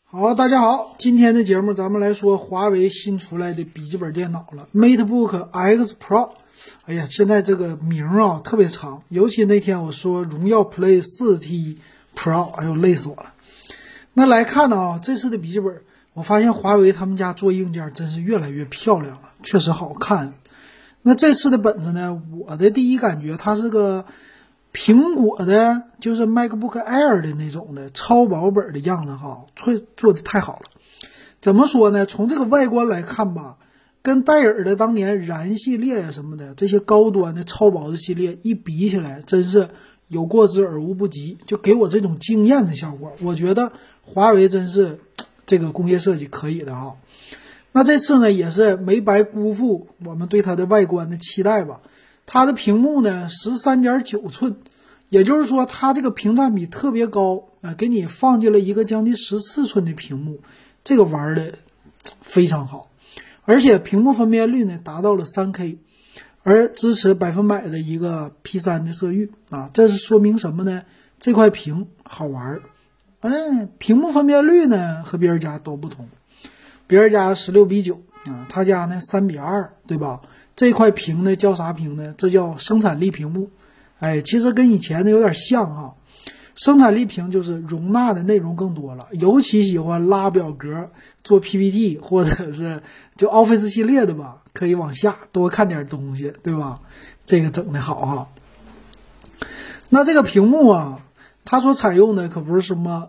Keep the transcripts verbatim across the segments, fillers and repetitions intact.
好，大家好，今天的节目咱们来说华为新出来的笔记本电脑了 ，MateBook X Pro。哎呀，现在这个名啊特别长，尤其那天我说荣耀 Play 四 T Pro， 哎呦累死我了。那来看呢啊，这次的笔记本，我发现华为他们家做硬件真是越来越漂亮了，确实好看。那这次的本子呢，我的第一感觉它是个苹果的，就是 MacBook Air 的那种的超薄本的样子哈，做做的太好了。怎么说呢？从这个外观来看吧，跟戴尔的当年燃系列呀什么的这些高端的超薄的系列一比起来，真是有过之而无不及，就给我这种惊艳的效果。我觉得华为真是这个工业设计可以的哈。那这次呢，也是没白辜负我们对它的外观的期待吧。它的屏幕呢 十三点九寸，也就是说它这个屏占比特别高啊、呃，给你放进了一个将近十四寸的屏幕，这个玩的非常好。而且屏幕分辨率呢达到了 三K， 而支持百分百的一个 P 三 的色域啊，这是说明什么呢？这块屏好玩。哎，屏幕分辨率呢和别人家都不同，别人家十六比九啊，他家呢三比二，对吧？这块屏呢叫啥屏呢？这叫生产力屏幕。哎，其实跟以前的有点像哈。生产力屏就是容纳的内容更多了，尤其喜欢拉表格、做 P P T 或者是就 Office 系列的吧，可以往下多看点东西，对吧？这个整的好哈。那这个屏幕啊，它所采用的可不是什么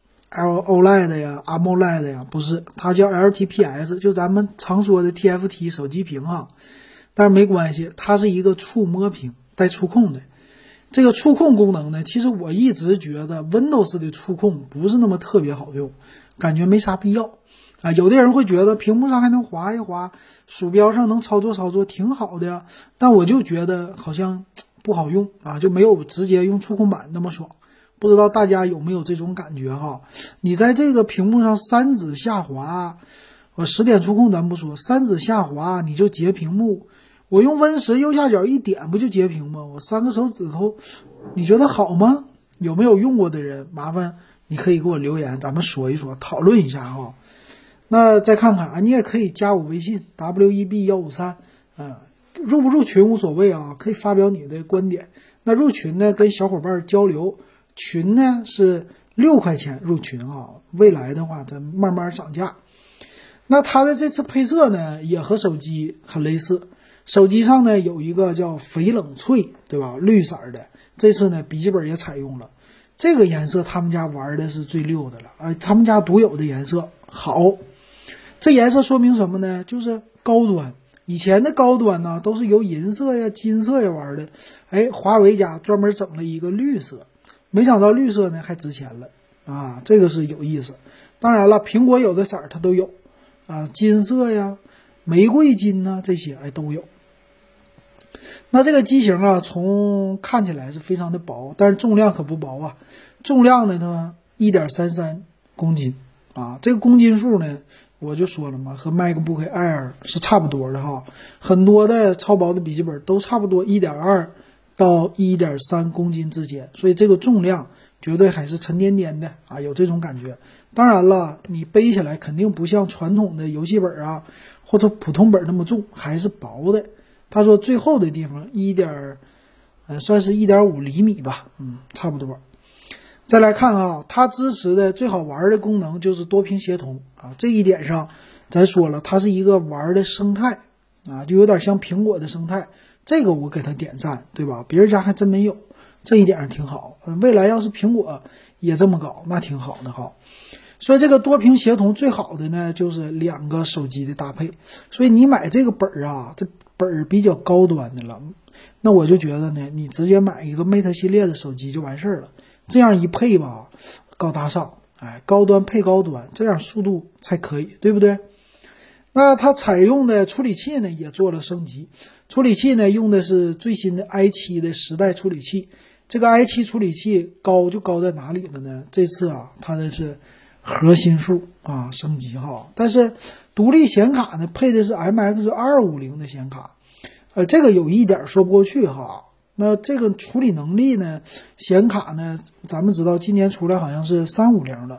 O L E D 呀、AMOLED 呀，不是，它叫 L T P S， 就咱们常说的 T F T 手机屏啊。但是没关系，它是一个触摸屏，带触控的。这个触控功能呢，其实我一直觉得 Windows 的触控不是那么特别好用，感觉没啥必要啊。有的人会觉得屏幕上还能滑一滑，鼠标上能操作操作，挺好的呀。但我就觉得好像不好用啊，就没有直接用触控板那么爽。不知道大家有没有这种感觉哈？你在这个屏幕上三指下滑，我十点触控咱不说，三指下滑你就截屏幕。我用 Win 十右下角一点不就截屏吗？我三个手指头，你觉得好吗？有没有用过的人，麻烦你可以给我留言，咱们说一说，讨论一下哈。那再看看啊，你也可以加我微信 W E B 一五三，啊，入不入群无所谓啊，可以发表你的观点。那入群呢，跟小伙伴交流，群呢是六块钱入群啊，未来的话咱慢慢涨价。那它的这次配色呢，也和手机很类似。手机上呢有一个叫翡冷翠，对吧？绿色的，这次呢笔记本也采用了这个颜色，他们家玩的是最溜的了啊、呃！他们家独有的颜色好，这颜色说明什么呢？就是高端。以前的高端呢都是由银色呀、金色呀玩的，哎，华为家专门整了一个绿色，没想到绿色呢还值钱了啊！这个是有意思。当然了，苹果有的色儿它都有啊，金色呀、玫瑰金呐、啊，这些哎都有。那这个机型啊，从看起来是非常的薄，但是重量可不薄啊，重量呢它 一点三三公斤啊，这个公斤数呢我就说了嘛，和 MacBook Air 是差不多的哈，很多的超薄的笔记本都差不多 一点二到 一点三公斤之间，所以这个重量绝对还是沉甸甸的啊，有这种感觉。当然了，你背起来肯定不像传统的游戏本啊或者普通本那么重，还是薄的。他说最厚的地方一点，呃，算是 一点五厘米吧，嗯，差不多。再来看啊，它支持的最好玩的功能就是多屏协同啊，这一点上咱说了，它是一个玩的生态啊，就有点像苹果的生态，这个我给它点赞，对吧？别人家还真没有，这一点上挺好。未来要是苹果也这么搞，那挺好的哈。所以这个多屏协同最好的呢，就是两个手机的搭配。所以你买这个本儿啊，这本儿比较高端的了，那我就觉得呢，你直接买一个 Mate 系列的手机就完事儿了。这样一配吧，高大上，哎，高端配高端，这样速度才可以，对不对？那它采用的处理器呢，也做了升级。处理器呢，用的是最新的 i 七 的十代处理器。这个 i 七 处理器高就高在哪里了呢？这次啊，它的是核心数啊升级哈，但是独立显卡呢配的是 M X 二五零 的显卡，呃，这个有一点说不过去哈。那这个处理能力呢，显卡呢，咱们知道今年出来好像是三五零了，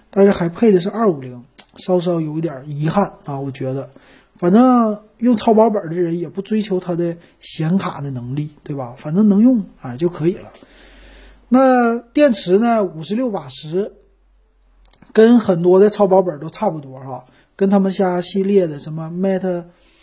但是还配的是二五零，稍稍有一点遗憾啊，我觉得。反正用超薄本的人也不追求它的显卡的能力，对吧？反正能用啊就可以了。那电池呢，五十六瓦时，跟很多的超薄本都差不多哈，跟他们家系列的什么 Mate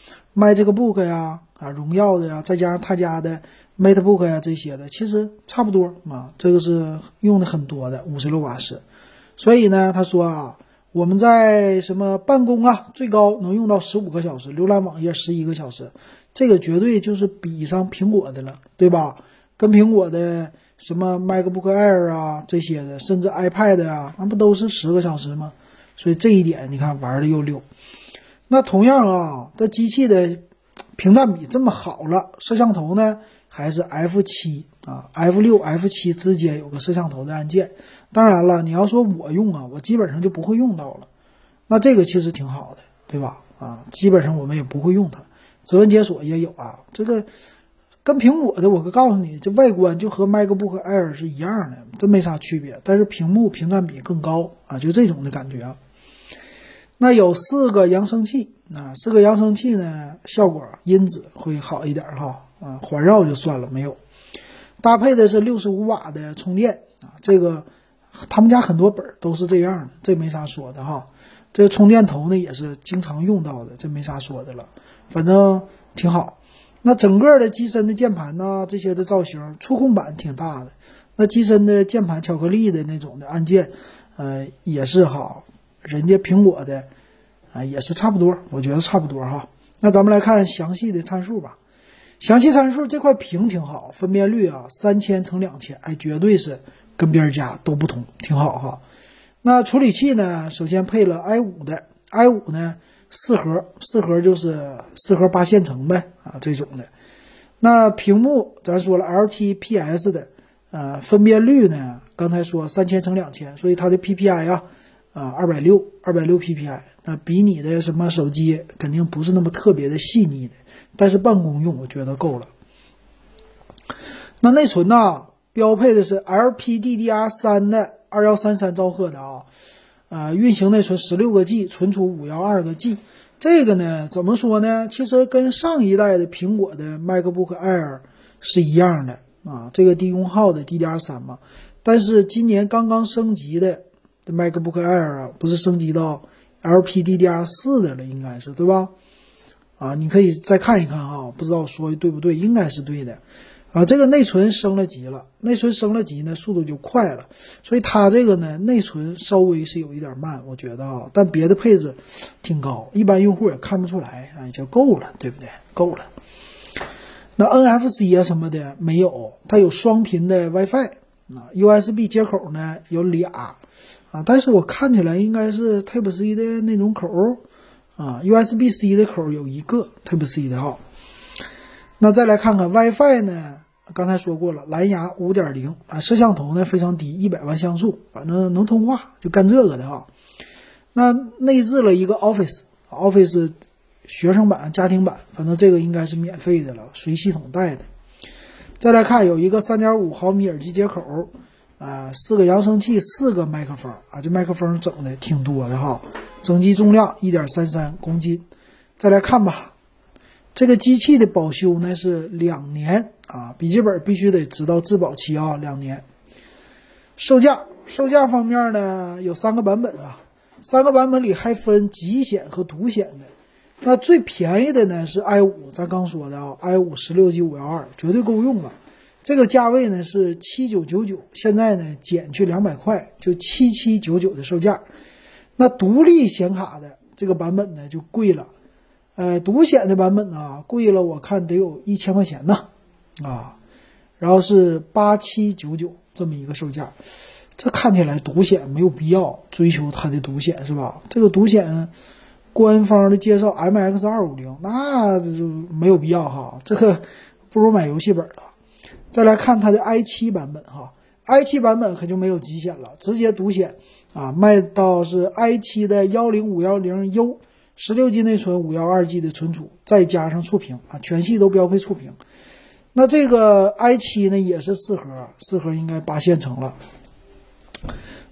MacBook 呀、啊荣耀的呀，再加上他家的 MacBook 呀这些的，其实差不多啊。这个是用的很多的五十六瓦时，所以呢，他说啊。我们在什么办公啊，最高能用到十五个小时，浏览网页十一个小时，这个绝对就是比上苹果的了，对吧？跟苹果的什么 MacBook Air 啊这些的，甚至 iPad 啊，那不都是十个小时吗？所以这一点你看玩的又溜。那同样啊，这机器的屏占比这么好了，摄像头呢还是 F 七 啊 ，F 六、F 七 之间有个摄像头的按键。当然了，你要说我用啊，我基本上就不会用到了。那这个其实挺好的，对吧？啊，基本上我们也不会用它。指纹解锁也有啊，这个跟苹果的，我可告诉你，这外观就和 MacBook Air 是一样的，这没啥区别。但是屏幕屏占比更高啊，就这种的感觉啊。那有四个扬声器啊，四个扬声器呢，效果音质会好一点哈啊，环绕就算了，没有。搭配的是六十五瓦的充电啊，这个。他们家很多本都是这样的，这没啥说的哈。这个充电头呢也是经常用到的，这没啥说的了，反正挺好。那整个的机身的键盘呢，这些的造型，触控板挺大的。那机身的键盘巧克力的那种的按键，呃，也是哈，人家苹果的，啊、呃，也是差不多，我觉得差不多哈。那咱们来看详细的参数吧。详细参数这块屏挺好，分辨率啊三千乘两千，哎，绝对是。跟别人家都不同，挺好哈。那处理器呢，首先配了 i 五 的 i 五 呢四核，四核就是四核八线程呗啊这种的。那屏幕咱说了 L T P S 的，呃分辨率呢刚才说三千乘两千，所以它的 P P I 啊啊二百六 二百六 P P I， 那比你的什么手机肯定不是那么特别的细腻的，但是办公用我觉得够了。那内存呢？标配的是 L P D D R 三 的二一三三兆赫的啊，呃，运行内存十六个 G， 存储五一二个 G。这个呢，怎么说呢？其实跟上一代的苹果的 MacBook Air 是一样的啊，这个低功耗的 D D R 三 嘛。但是今年刚刚升级的 MacBook Air 啊，不是升级到 L P D D R 四 的了，应该是对吧？啊，你可以再看一看啊，不知道说的对不对，应该是对的。啊，这个内存升了级了，内存升了级呢，速度就快了，所以它这个呢，内存稍微是有一点慢，我觉得啊，但别的配置挺高，一般用户也看不出来，哎，就够了，对不对？够了。那 N F C 啊什么的没有，它有双频的 WiFi 啊 ，U S B 接口呢有俩啊，但是我看起来应该是 Type C 的那种口啊 ，U S B C 的口有一个 Type C 的哈。那再来看看 WiFi 呢？刚才说过了，蓝牙 五点零 啊，摄像头呢非常低，一百万像素，反正能通话，就干这个的啊。那内置了一个 Office，Office 学生版、家庭版，反正这个应该是免费的了，随系统带的。再来看有一个 三点五毫米耳机接口，啊，四个扬声器，四个麦克风啊，这麦克风整的挺多的哈。整机重量 一点三三公斤。再来看吧。这个机器的保修呢是两年啊，笔记本必须得知道质保期啊，两年。售价，售价方面呢有三个版本啊，三个版本里还分极显和独显的。那最便宜的呢是 i 五，咱刚说的啊 ，i 五 十六 G 五一二绝对够用了。这个价位呢是七九九九，现在呢减去两百块，就七七九九的售价。那独立显卡的这个版本呢就贵了。呃，独显的版本呢，贵了，我看得有一千块钱呢，啊，然后是八七九九这么一个售价，这看起来独显没有必要追求它的独显是吧？这个独显官方的介绍 M X 二五零，那就没有必要哈，这个不如买游戏本了。再来看它的 i 七 版本哈 ，i 七 版本可就没有极显了，直接独显啊，卖到是 i 七 的一零五一零 U。十六 G 内存 五一二 G 的存储，再加上触屏啊，全系都标配触屏。那这个 i 七 呢也是四核，四核应该八线程了。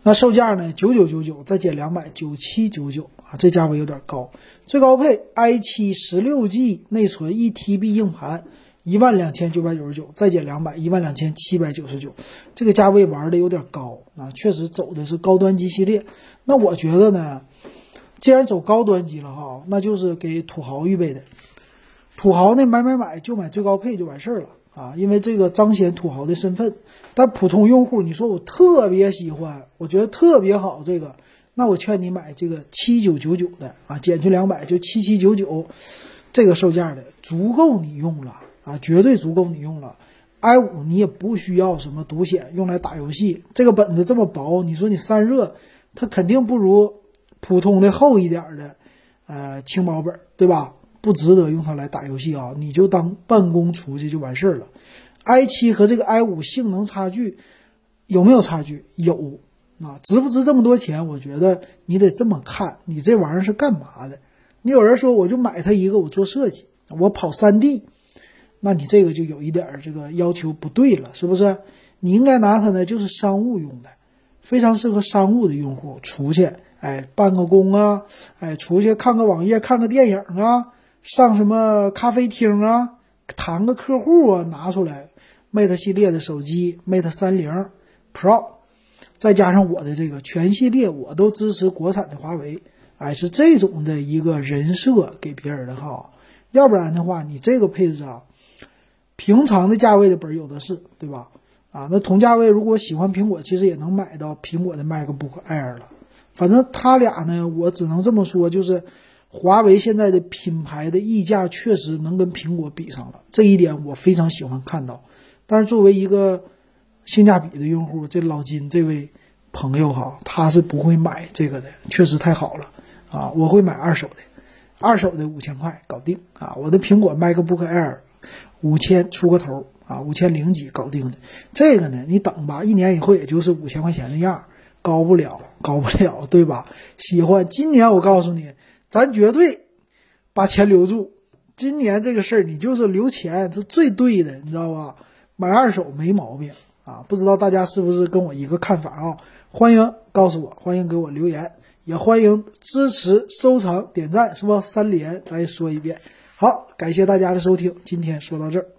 那售价呢九九九九再减两百九七九九啊，这价位有点高。最高配 i 七 十六 G 内存 一 T B 硬盘一万两千九百九十九再减两百一万两千七百九十九，这个价位玩的有点高啊，确实走的是高端机系列。那我觉得呢，既然走高端机了哈，那就是给土豪预备的。土豪呢买买买就买最高配就完事儿了啊，因为这个彰显土豪的身份。但普通用户，你说我特别喜欢，我觉得特别好这个，那我劝你买这个七九九九的啊，减去两百就七七九九，这个售价的足够你用了啊，绝对足够你用了。i 五 你也不需要什么独显用来打游戏，这个本子这么薄，你说你散热，它肯定不如普通的厚一点的呃轻薄本，对吧？不值得用它来打游戏啊，你就当办公出去就完事儿了。i 七 和这个 i 五 性能差距有没有差距？有啊，值不值这么多钱？我觉得你得这么看，你这玩意儿是干嘛的？你有人说我就买它一个，我做设计，我跑 三 D， 那你这个就有一点这个要求不对了，是不是？你应该拿它呢，就是商务用的，非常适合商务的用户出去，哎，办个工啊，哎，出去看个网页，看个电影啊，上什么咖啡厅啊，谈个客户啊，拿出来。Mate 系列的手机 Mate 三十 Pro， 再加上我的这个全系列我都支持国产的华为，哎，是这种的一个人设给别人的哈。要不然的话，你这个配置啊，平常的价位的本有的是，对吧？啊，那同价位如果喜欢苹果，其实也能买到苹果的 MacBook Air 了。反正他俩呢，我只能这么说，就是华为现在的品牌的溢价确实能跟苹果比上了，这一点我非常喜欢看到。但是作为一个性价比的用户，这老金这位朋友哈，他是不会买这个的，确实太好了啊！我会买二手的，二手的五千块搞定啊！我的苹果 MacBook Air 五千出个头啊，五千零几搞定的。这个呢，你等吧，一年以后也就是五千块钱的样，高不了，高不了，对吧？喜欢今年我告诉你，咱绝对把钱留住。今年这个事儿，你就是留钱是最对的，你知道吧？买二手没毛病啊，不知道大家是不是跟我一个看法啊？欢迎告诉我，欢迎给我留言，也欢迎支持、收藏、点赞，是吧？三连，咱也说一遍。好，感谢大家的收听，今天说到这儿。